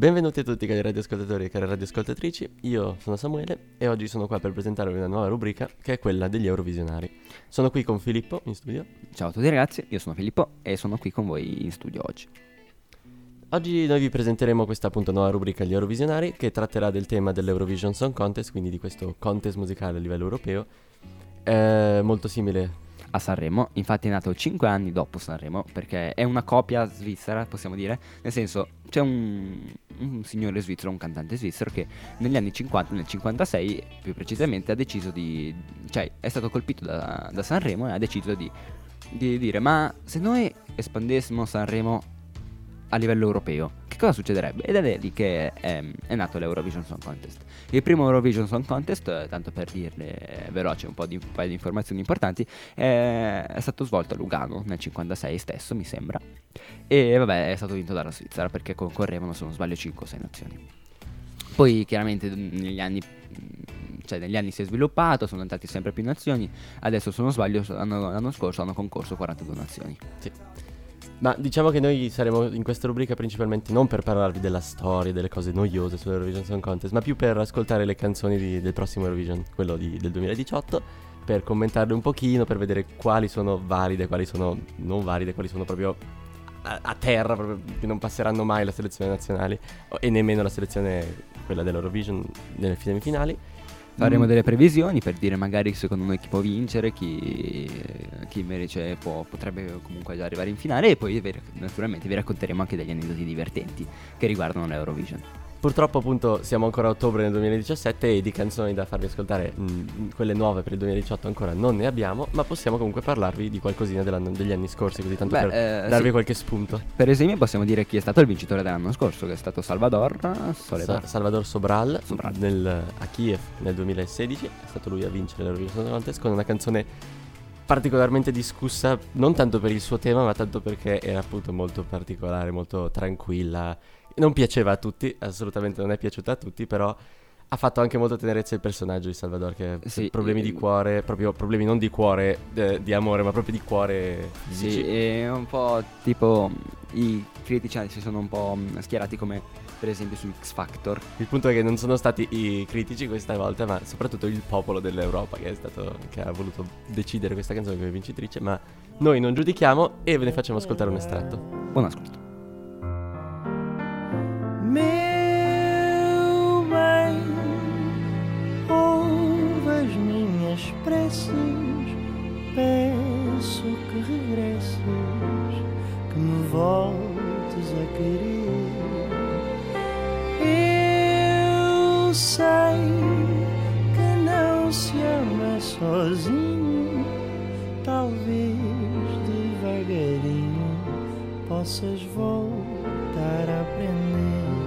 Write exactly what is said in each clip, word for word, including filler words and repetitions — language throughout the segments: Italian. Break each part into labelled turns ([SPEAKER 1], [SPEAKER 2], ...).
[SPEAKER 1] Benvenuti a tutti cari radioascoltatori e cari radioascoltatrici, io sono Samuele e oggi sono qua per presentarvi una nuova rubrica che è quella degli Eurovisionari. Sono qui con Filippo in studio.
[SPEAKER 2] Ciao a tutti ragazzi, io sono Filippo e sono qui con voi in studio oggi.
[SPEAKER 1] Oggi noi vi presenteremo questa appunto nuova rubrica gli Eurovisionari che tratterà del tema dell'Eurovision Song Contest, quindi di questo contest musicale a livello europeo, è molto simile
[SPEAKER 2] a Sanremo. Infatti è nato cinque anni dopo Sanremo, perché è una copia svizzera, possiamo dire. Nel senso, c'è un, un signore svizzero, un cantante svizzero che negli anni cinquanta, nel cinquantasei più precisamente, ha deciso di... cioè è stato colpito da, da Sanremo e ha deciso di, di dire: ma se noi espandessimo Sanremo a livello europeo, che cosa succederebbe? Ed è lì che è, è nato l'Eurovision Song Contest. Il primo Eurovision Song Contest, tanto per dirle veloce un po' di, un paio di informazioni importanti, è, è stato svolto a Lugano nel cinquantasei stesso, mi sembra. E vabbè, è stato vinto dalla Svizzera perché concorrevano, se non sbaglio, cinque o sei nazioni. Poi chiaramente negli anni, cioè negli anni si è sviluppato, sono entrati sempre più nazioni. Adesso, se non sbaglio, l'anno, l'anno scorso hanno concorso quarantadue nazioni.
[SPEAKER 1] Sì. Ma diciamo che noi saremo in questa rubrica principalmente non per parlarvi della storia, delle cose noiose sull'Eurovision Song Contest, ma più per ascoltare le canzoni di, del prossimo Eurovision, quello di, del duemiladiciotto, per commentarle un pochino, per vedere quali sono valide, quali sono non valide, quali sono proprio a, a terra, proprio, che non passeranno mai la selezione nazionale e nemmeno la selezione, quella dell'Eurovision, nelle semifinali.
[SPEAKER 2] Faremo delle previsioni per dire magari secondo noi chi può vincere, chi, chi invece può, potrebbe comunque già arrivare in finale, e poi naturalmente vi racconteremo anche degli aneddoti divertenti che riguardano l'Eurovision.
[SPEAKER 1] Purtroppo appunto siamo ancora a ottobre nel duemiladiciassette e di canzoni da farvi ascoltare, mh, quelle nuove per il duemiladiciotto ancora non ne abbiamo, ma possiamo comunque parlarvi di qualcosina degli anni scorsi, così tanto Beh, per eh, darvi sì. qualche spunto.
[SPEAKER 2] Per esempio possiamo dire chi è stato il vincitore dell'anno scorso, che è stato Salvador Soledad.
[SPEAKER 1] Sa- Salvador Sobral, Sobral. Nel, a Kiev nel duemilasedici, è stato lui a vincere l'Eurovision Song Contest con una canzone particolarmente discussa, non tanto per il suo tema ma tanto perché era appunto molto particolare, molto tranquilla. Non piaceva a tutti, assolutamente non è piaciuta a tutti, però ha fatto anche molto tenerezza il personaggio di Salvador, che
[SPEAKER 2] sì,
[SPEAKER 1] problemi
[SPEAKER 2] eh,
[SPEAKER 1] di cuore, proprio problemi non di cuore, eh, di amore, ma proprio di cuore fisici.
[SPEAKER 2] Sì, è un po' tipo i critici si sono un po' schierati come per esempio su X Factor.
[SPEAKER 1] Il punto è che non sono stati i critici questa volta, ma soprattutto il popolo dell'Europa che è stato che ha voluto decidere questa canzone come vincitrice, ma noi non giudichiamo e ve ne facciamo ascoltare un estratto.
[SPEAKER 2] Buon ascolto.
[SPEAKER 3] Meu bem, ouve as minhas preces, peço que regresses, que me voltes a querer. Eu sei que não se ama sozinho, talvez devagarinho possas voltar a aprender.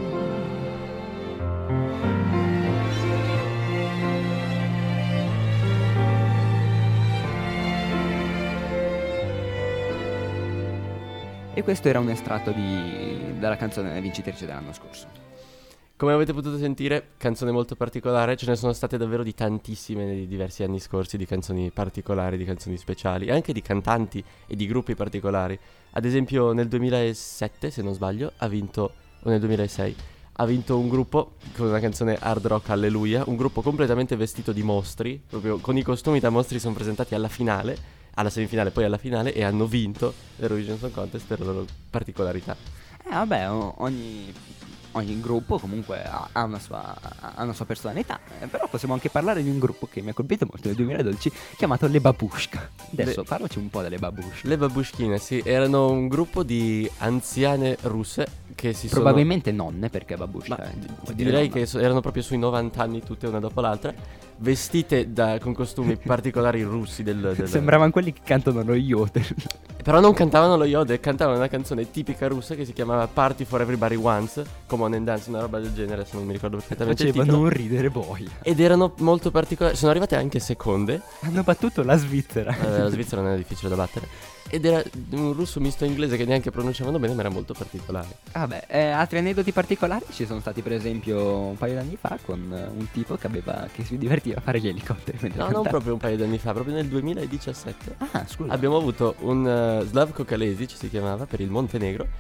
[SPEAKER 2] E questo era un estratto di, dalla canzone vincitrice dell'anno scorso.
[SPEAKER 1] Come avete potuto sentire, canzone molto particolare, ce ne sono state davvero di tantissime nei diversi anni scorsi, di canzoni particolari, di canzoni speciali, anche di cantanti e di gruppi particolari. Ad esempio nel duemilasette, se non sbaglio, ha vinto, o nel duemilasei, ha vinto un gruppo con una canzone hard rock Alleluia, un gruppo completamente vestito di mostri, proprio con i costumi da mostri sono presentati alla finale, alla semifinale, poi alla finale, e hanno vinto l'Eurovision Song Contest per la loro particolarità.
[SPEAKER 2] Eh vabbè, ogni, ogni gruppo comunque ha, ha, una sua, ha una sua personalità, eh, però possiamo anche parlare di un gruppo che mi ha colpito molto nel duemiladodici, chiamato Le Babushka. Adesso le, parlaci un po' delle Babushka.
[SPEAKER 1] Le Babushkine, sì, erano un gruppo di anziane russe che si
[SPEAKER 2] probabilmente
[SPEAKER 1] sono...
[SPEAKER 2] nonne, perché Babushka
[SPEAKER 1] Ma,
[SPEAKER 2] eh,
[SPEAKER 1] direi che so, erano proprio sui novanta anni tutte una dopo l'altra, vestite da, con costumi particolari russi del, del...
[SPEAKER 2] Sembravano quelli che cantano lo yodel.
[SPEAKER 1] Però non cantavano lo yodel, cantavano una canzone tipica russa che si chiamava Party for Everybody Once, Come On and Dance, una roba del genere, se non mi ricordo perfettamente il
[SPEAKER 2] Facevano
[SPEAKER 1] titolo.
[SPEAKER 2] non ridere boia.
[SPEAKER 1] Ed erano molto particolari, sono arrivate anche seconde.
[SPEAKER 2] Hanno battuto la Svizzera.
[SPEAKER 1] eh, La Svizzera non è difficile da battere. Ed era un russo misto inglese che neanche pronunciavano bene, ma era molto particolare.
[SPEAKER 2] Vabbè, eh, altri aneddoti particolari ci sono stati per esempio un paio d'anni fa con un tipo che aveva che si divertiva a fare gli elicotteri mentre
[SPEAKER 1] No,
[SPEAKER 2] cantava.
[SPEAKER 1] non proprio un paio d'anni fa, proprio nel duemiladiciassette.
[SPEAKER 2] Ah, scusa.
[SPEAKER 1] Abbiamo avuto un uh, Slavko Kalesic, si chiamava, per il Montenegro,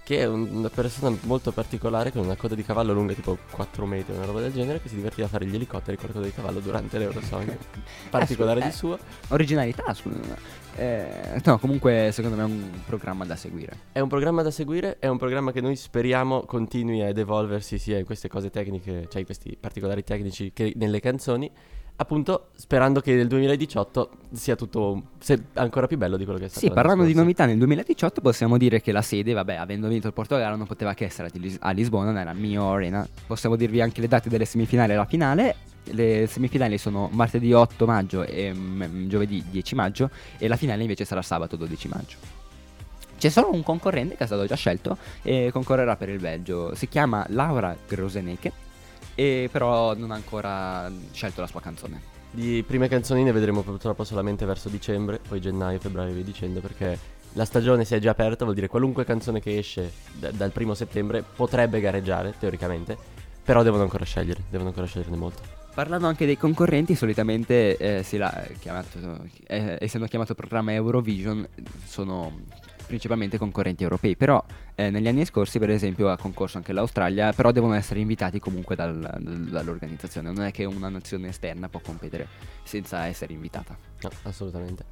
[SPEAKER 1] che è un- una persona molto particolare con una coda di cavallo lunga tipo quattro metri, una roba del genere, che si divertiva a fare gli elicotteri con la coda di cavallo durante l'Eurosong. Particolare
[SPEAKER 2] Eh,
[SPEAKER 1] di suo.
[SPEAKER 2] Originalità, scusa. Eh, no, comunque secondo me è un programma da seguire.
[SPEAKER 1] È un programma da seguire, è un programma che noi speriamo continui ad evolversi sia in queste cose tecniche, cioè in questi particolari tecnici, che nelle canzoni. Appunto, sperando che nel duemiladiciotto sia tutto se- ancora più bello di quello che è stato.
[SPEAKER 2] Sì,
[SPEAKER 1] l'anno
[SPEAKER 2] parlando di
[SPEAKER 1] scorso.
[SPEAKER 2] novità nel duemiladiciotto possiamo dire che la sede, vabbè, avendo vinto il Portogallo non poteva che essere a Lis- a Lisbona, nella Mio Arena. Possiamo dirvi anche le date delle semifinali e la finale. Le semifinali sono martedì otto maggio e mm, giovedì dieci maggio e la finale invece sarà sabato dodici maggio. C'è solo un concorrente che è stato già scelto e concorrerà per il Belgio. Si chiama Laura Groseneke e però non ha ancora scelto la sua canzone.
[SPEAKER 1] Di prime canzoni ne vedremo purtroppo solamente verso dicembre, poi gennaio, febbraio e via dicendo, perché la stagione si è già aperta, vuol dire qualunque canzone che esce da- dal primo settembre potrebbe gareggiare, teoricamente, però devono ancora scegliere, devono ancora sceglierne molto.
[SPEAKER 2] Parlando anche dei concorrenti, solitamente eh, si l'ha chiamato, eh, essendo chiamato programma Eurovision, sono principalmente concorrenti europei, però eh, negli anni scorsi per esempio ha concorso anche l'Australia, però devono essere invitati comunque dal- dal- dall'organizzazione, non è che una nazione esterna può competere senza essere invitata.
[SPEAKER 1] No, assolutamente.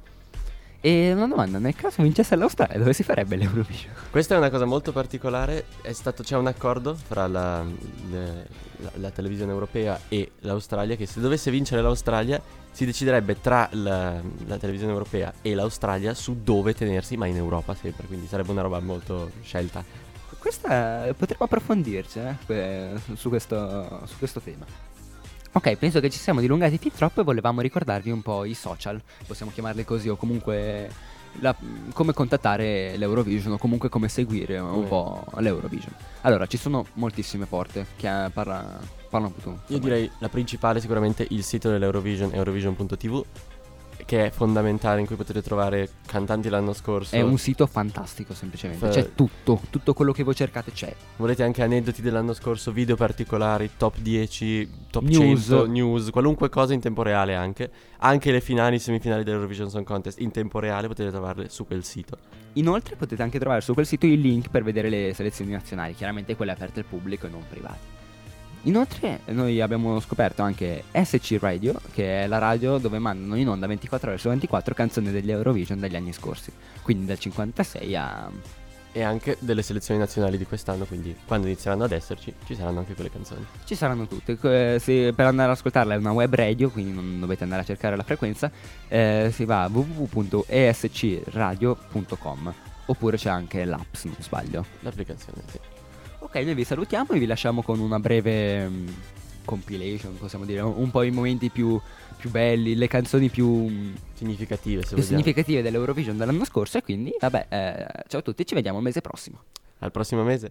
[SPEAKER 2] E una domanda, nel caso vincesse l'Australia dove si farebbe l'Eurovision?
[SPEAKER 1] Questa è una cosa molto particolare, è stato, c'è un accordo fra la, le- la- la televisione europea e l'Australia che se dovesse vincere l'Australia si deciderebbe tra la, la televisione europea e l'Australia su dove tenersi, ma in Europa sempre, quindi sarebbe una roba molto scelta.
[SPEAKER 2] Questa potremmo approfondirci eh, que- su, questo, su questo tema. Ok, penso che ci siamo dilungati fin troppo e volevamo ricordarvi un po' i social, possiamo chiamarli così, o comunque la- come contattare l'Eurovision o comunque come seguire un
[SPEAKER 1] Come-
[SPEAKER 2] po' l'Eurovision. Allora, ci sono moltissime porte che eh, parla, parla un po' tu.
[SPEAKER 1] Io
[SPEAKER 2] insomma.
[SPEAKER 1] direi la principale sicuramente il sito dell'Eurovision, eurovision punto tv, che è fondamentale, in cui potete trovare cantanti l'anno scorso.
[SPEAKER 2] È un sito fantastico semplicemente,
[SPEAKER 1] Fa-
[SPEAKER 2] c'è tutto, tutto quello che voi cercate c'è.
[SPEAKER 1] Volete anche aneddoti dell'anno scorso, video particolari, top dieci, top
[SPEAKER 2] News.
[SPEAKER 1] cento, news, qualunque cosa in tempo reale anche. Anche le finali, semifinali dell'Eurovision Song Contest in tempo reale potete trovarle su quel sito.
[SPEAKER 2] Inoltre potete anche trovare su quel sito il link per vedere le selezioni nazionali, chiaramente quelle aperte al pubblico e non private. Inoltre noi abbiamo scoperto anche S C Radio, che è la radio dove mandano in onda ventiquattro ore su ventiquattro canzoni degli Eurovision degli anni scorsi, quindi dal cinquantasei a...
[SPEAKER 1] E anche delle selezioni nazionali di quest'anno, quindi quando inizieranno ad esserci ci saranno anche quelle canzoni.
[SPEAKER 2] Ci saranno tutte. Eh, se per andare ad ascoltarla è una web radio, quindi non dovete andare a cercare la frequenza, eh, si va a w w w punto e s c radio punto com oppure c'è anche l'app se non sbaglio.
[SPEAKER 1] L'applicazione, sì.
[SPEAKER 2] Ok, noi vi salutiamo e vi lasciamo con una breve mm, compilation, possiamo dire, un, un po' i momenti più, più belli, le canzoni più, mm,
[SPEAKER 1] Significative, se
[SPEAKER 2] più
[SPEAKER 1] vogliamo.
[SPEAKER 2] significative dell'Eurovision dell'anno scorso e quindi, vabbè, eh, ciao a tutti, ci vediamo il mese prossimo.
[SPEAKER 1] Al prossimo mese.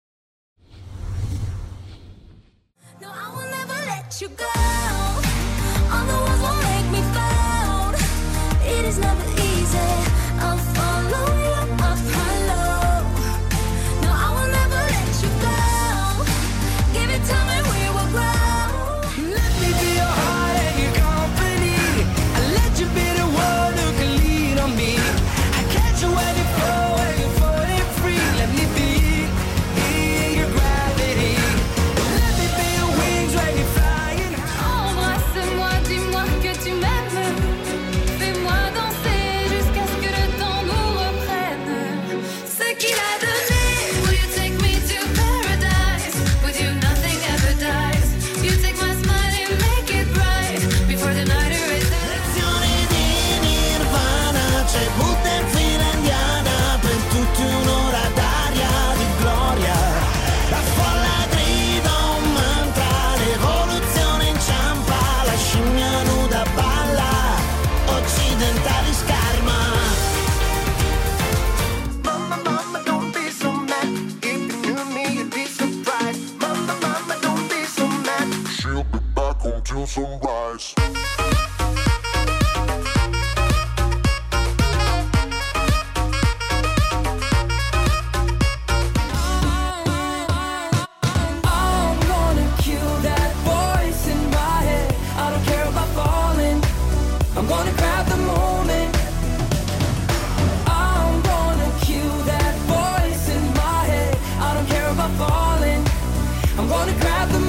[SPEAKER 4] No, I will never let you go. All the walls won't make me fall. It is never easy. I'll follow you up hello. No, I will never let you go. Give it time and we will grow.
[SPEAKER 3] Let me be your heart and your company. I let you be the one who can lean on me. I catch you when you fall, when you're falling free. Let me be your gravity. Let me be your wings when you're flying high.
[SPEAKER 4] Embrasse-moi, dis-moi que tu m'aimes. Fais-moi danser jusqu'à ce que le temps nous reprenne. Ce qu'il a donné. Will you take me to paradise? With you nothing ever dies. You take my smile and make it bright. Before the night erases.
[SPEAKER 3] Lezione di Nirvana, c'è Buddha in fila indiana, per tutti un'ora d'aria di gloria. La folla grida un mantra, l'evoluzione inciampa, la scimmia nuda balla, occidentali scarma. Mamma, mamma, don't be so mad, if you knew me you'd be surprised. Mamma, mamma, don't be so mad.
[SPEAKER 5] She'll be back until sunrise.
[SPEAKER 3] I'm gonna kill that voice in my head. I don't care about falling. I'm gonna grab the moment. I'm gonna kill that voice in my head. I'm gonna grab the